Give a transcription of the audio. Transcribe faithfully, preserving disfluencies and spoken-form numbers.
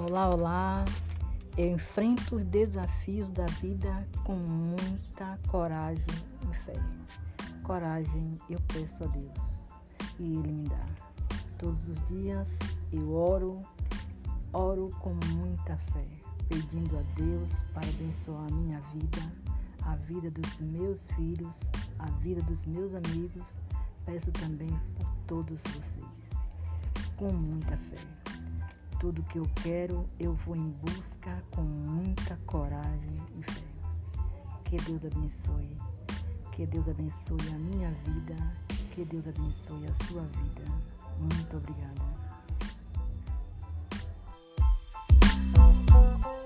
Olá, olá! Eu enfrento os desafios da vida com muita coragem e fé. Coragem eu peço a Deus e Ele me dá. Todos os dias eu oro, oro com muita fé, pedindo a Deus para abençoar a minha vida, a vida dos meus filhos, a vida dos meus amigos. Peço também por todos vocês, com muita fé. Tudo que eu quero, eu vou em busca com muita coragem e fé. Que Deus abençoe. Que Deus abençoe a minha vida. Que Deus abençoe a sua vida. Muito obrigada.